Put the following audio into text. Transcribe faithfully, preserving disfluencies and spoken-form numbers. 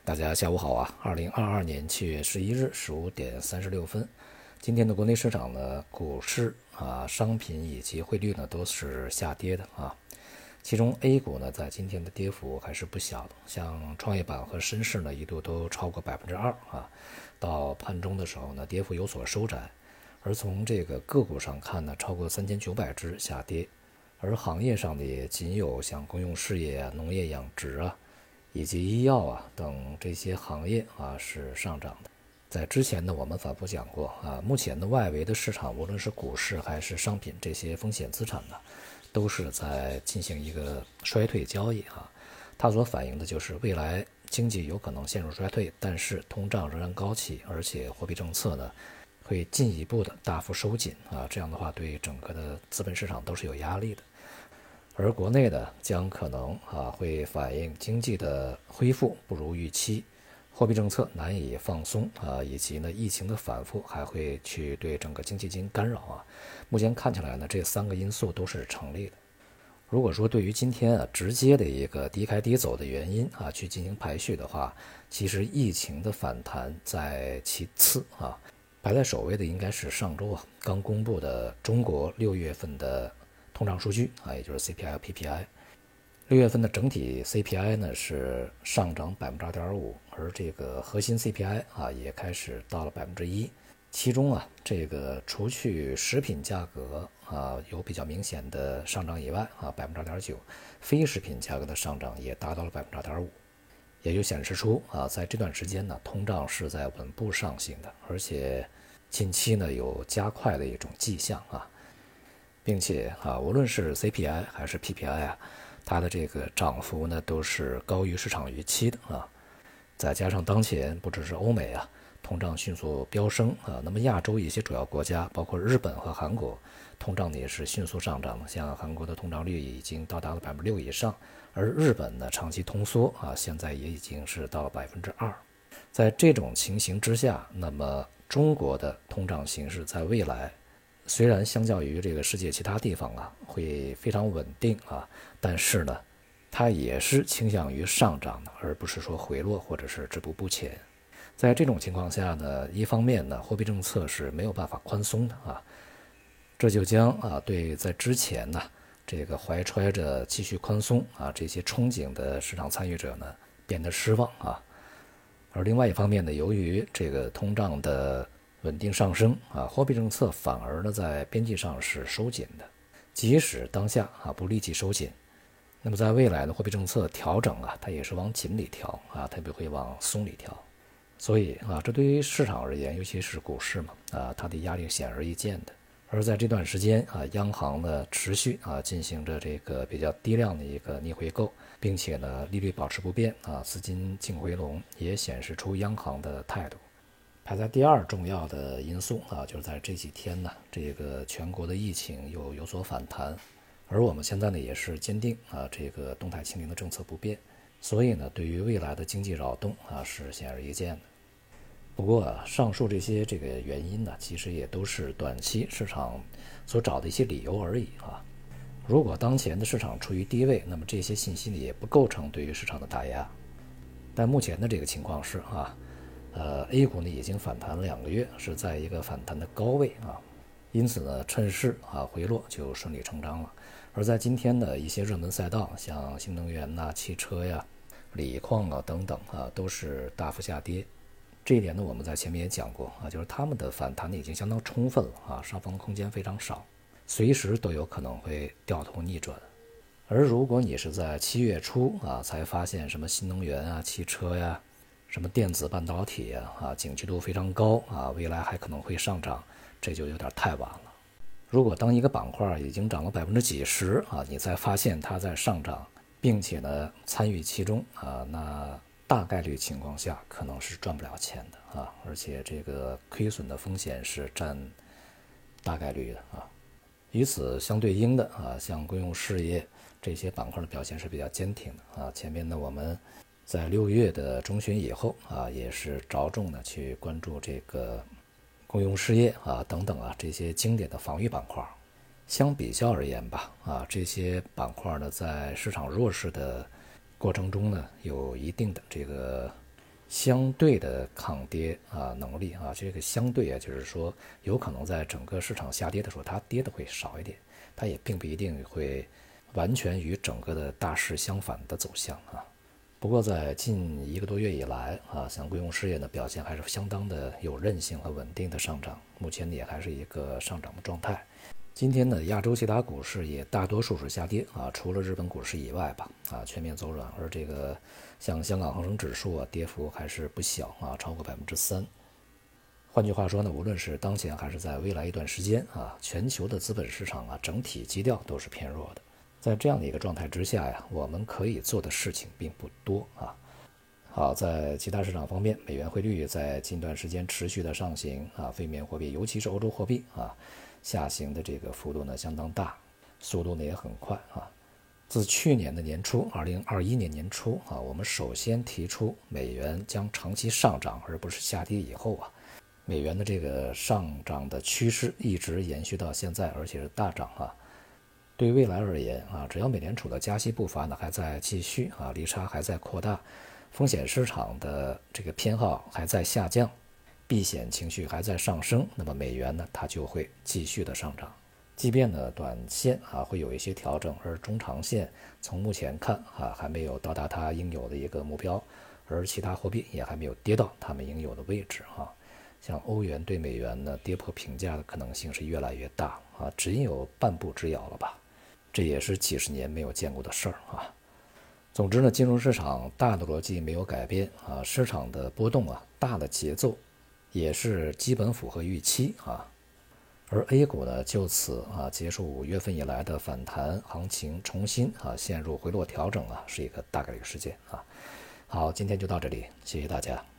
大家下午好啊！二零二二年七月十一日十五点三十六分，今天的国内市场呢，股市啊、商品以及汇率呢都是下跌的啊。其中 A 股呢，在今天的跌幅还是不小的，像创业板和深市呢，一度都超过百分之二啊。到盘中的时候呢，跌幅有所收窄。而从这个个股上看呢，超过三千九百只下跌，而行业上的也仅有像公用事业啊、农业养殖啊。以及医药啊等这些行业啊是上涨的。在之前呢，我们反复讲过啊，目前的外围的市场，无论是股市还是商品这些风险资产呢，都是在进行一个衰退交易啊。它所反映的就是未来经济有可能陷入衰退，但是通胀仍然高企，而且货币政策呢会进一步的大幅收紧啊，这样的话对整个的资本市场都是有压力的。而国内呢，将可能啊会反映经济的恢复不如预期，货币政策难以放松啊，以及呢疫情的反复还会去对整个经济进行干扰啊。目前看起来呢，这三个因素都是成立的。如果说对于今天啊直接的一个低开低走的原因啊去进行排序的话，其实疫情的反弹在其次啊，排在首位的应该是上周啊刚公布的中国六月份的通胀数据啊，也就是 C P I 和 P P I。 六月份的整体 C P I 呢是上涨 百分之二点五， 而这个核心 C P I 啊也开始到了 百分之一。 其中啊这个除去食品价格啊有比较明显的上涨以外啊 百分之二点九， 非食品价格的上涨也达到了 百分之二点五， 也就显示出啊在这段时间呢，通胀是在稳步上行的，而且近期呢有加快的一种迹象啊。并且啊，无论是 C P I 还是 P P I 啊，它的这个涨幅呢都是高于市场预期的啊。再加上当前不只是欧美啊，通胀迅速飙升啊，那么亚洲一些主要国家，包括日本和韩国，通胀呢也是迅速上涨的。像韩国的通胀率已经到达了百分之六以上，而日本呢长期通缩啊，现在也已经是到了百分之二。在这种情形之下，那么中国的通胀形势在未来，虽然相较于这个世界其他地方啊会非常稳定啊，但是呢它也是倾向于上涨的，而不是说回落或者是止步不前。在这种情况下呢，一方面呢货币政策是没有办法宽松的啊，这就将啊对在之前呢这个怀揣着继续宽松啊这些憧憬的市场参与者呢变得失望啊。而另外一方面呢，由于这个通胀的稳定上升啊，货币政策反而呢在边际上是收紧的。即使当下啊不立即收紧，那么在未来的货币政策调整啊，它也是往紧里调啊，它不会往松里调。所以啊，这对于市场而言，尤其是股市嘛啊，它的压力显而易见的。而在这段时间啊，央行呢持续啊进行着这个比较低量的一个逆回购，并且呢利率保持不变啊，资金净回笼也显示出央行的态度。排在第二重要的因素啊，就是在这几天呢，这个全国的疫情又有所反弹，而我们现在呢也是坚定啊这个动态清零的政策不变，所以呢对于未来的经济扰动啊是显而易见的。不过啊，上述这些这个原因呢，其实也都是短期市场所找的一些理由而已啊。如果当前的市场处于低位，那么这些信息呢也不构成对于市场的打压。但目前的这个情况是啊。呃 ，A 股呢已经反弹了两个月，是在一个反弹的高位啊，因此呢，趁势啊回落就顺理成章了。而在今天的一些热门赛道，像新能源呐、汽车呀、锂矿啊等等啊，都是大幅下跌。这一点呢，我们在前面也讲过啊，就是他们的反弹已经相当充分了啊，上方空间非常少，随时都有可能会掉头逆转。而如果你是在七月初啊才发现什么新能源啊、汽车呀、什么电子半导体啊，啊，景气度非常高啊，未来还可能会上涨，这就有点太晚了。如果当一个板块已经涨了百分之几十啊，你再发现它在上涨，并且呢参与其中啊，那大概率情况下可能是赚不了钱的啊，而且这个亏损的风险是占大概率的啊。与此相对应的啊，像公用事业这些板块的表现是比较坚挺的啊。前面呢我们在六月的中旬以后啊，也是着重的去关注这个公用事业啊等等啊这些经典的防御板块。相比较而言吧，啊这些板块呢在市场弱势的过程中呢，有一定的这个相对的抗跌啊能力啊，这个相对啊，就是说有可能在整个市场下跌的时候，它跌的会少一点，它也并不一定会完全与整个的大势相反的走向啊。不过在近一个多月以来啊，像贵公事业的表现还是相当的有韧性和稳定的上涨，目前也还是一个上涨的状态。今天呢，亚洲其他股市也大多数是下跌啊，除了日本股市以外吧，啊，全面走软。而这个像香港恒生指数啊，跌幅还是不小啊，超过百分之三。换句话说呢，无论是当前还是在未来一段时间啊，全球的资本市场啊，整体基调都是偏弱的。在这样的一个状态之下呀，我们可以做的事情并不多啊。好，在其他市场方面，美元汇率在近段时间持续的上行啊，非美货币，尤其是欧洲货币啊，下行的这个幅度呢相当大，速度呢也很快啊。自去年的年初，二零二一年年初啊，我们首先提出美元将长期上涨而不是下跌以后啊，美元的这个上涨的趋势一直延续到现在，而且是大涨啊。对未来而言啊，只要美联储的加息步伐呢还在继续啊，利差还在扩大，风险市场的这个偏好还在下降，避险情绪还在上升，那么美元呢它就会继续的上涨。即便呢短线啊会有一些调整，而中长线从目前看啊还没有到达它应有的一个目标，而其他货币也还没有跌到它们应有的位置啊。像欧元对美元呢跌破平价的可能性是越来越大啊，仅有半步之遥了吧。这也是几十年没有见过的事儿啊。总之呢，金融市场大的逻辑没有改变啊，市场的波动啊，大的节奏也是基本符合预期啊。而 A 股呢，就此啊结束五月份以来的反弹行情，重新啊陷入回落调整啊，是一个大概率事件啊。好，今天就到这里，谢谢大家。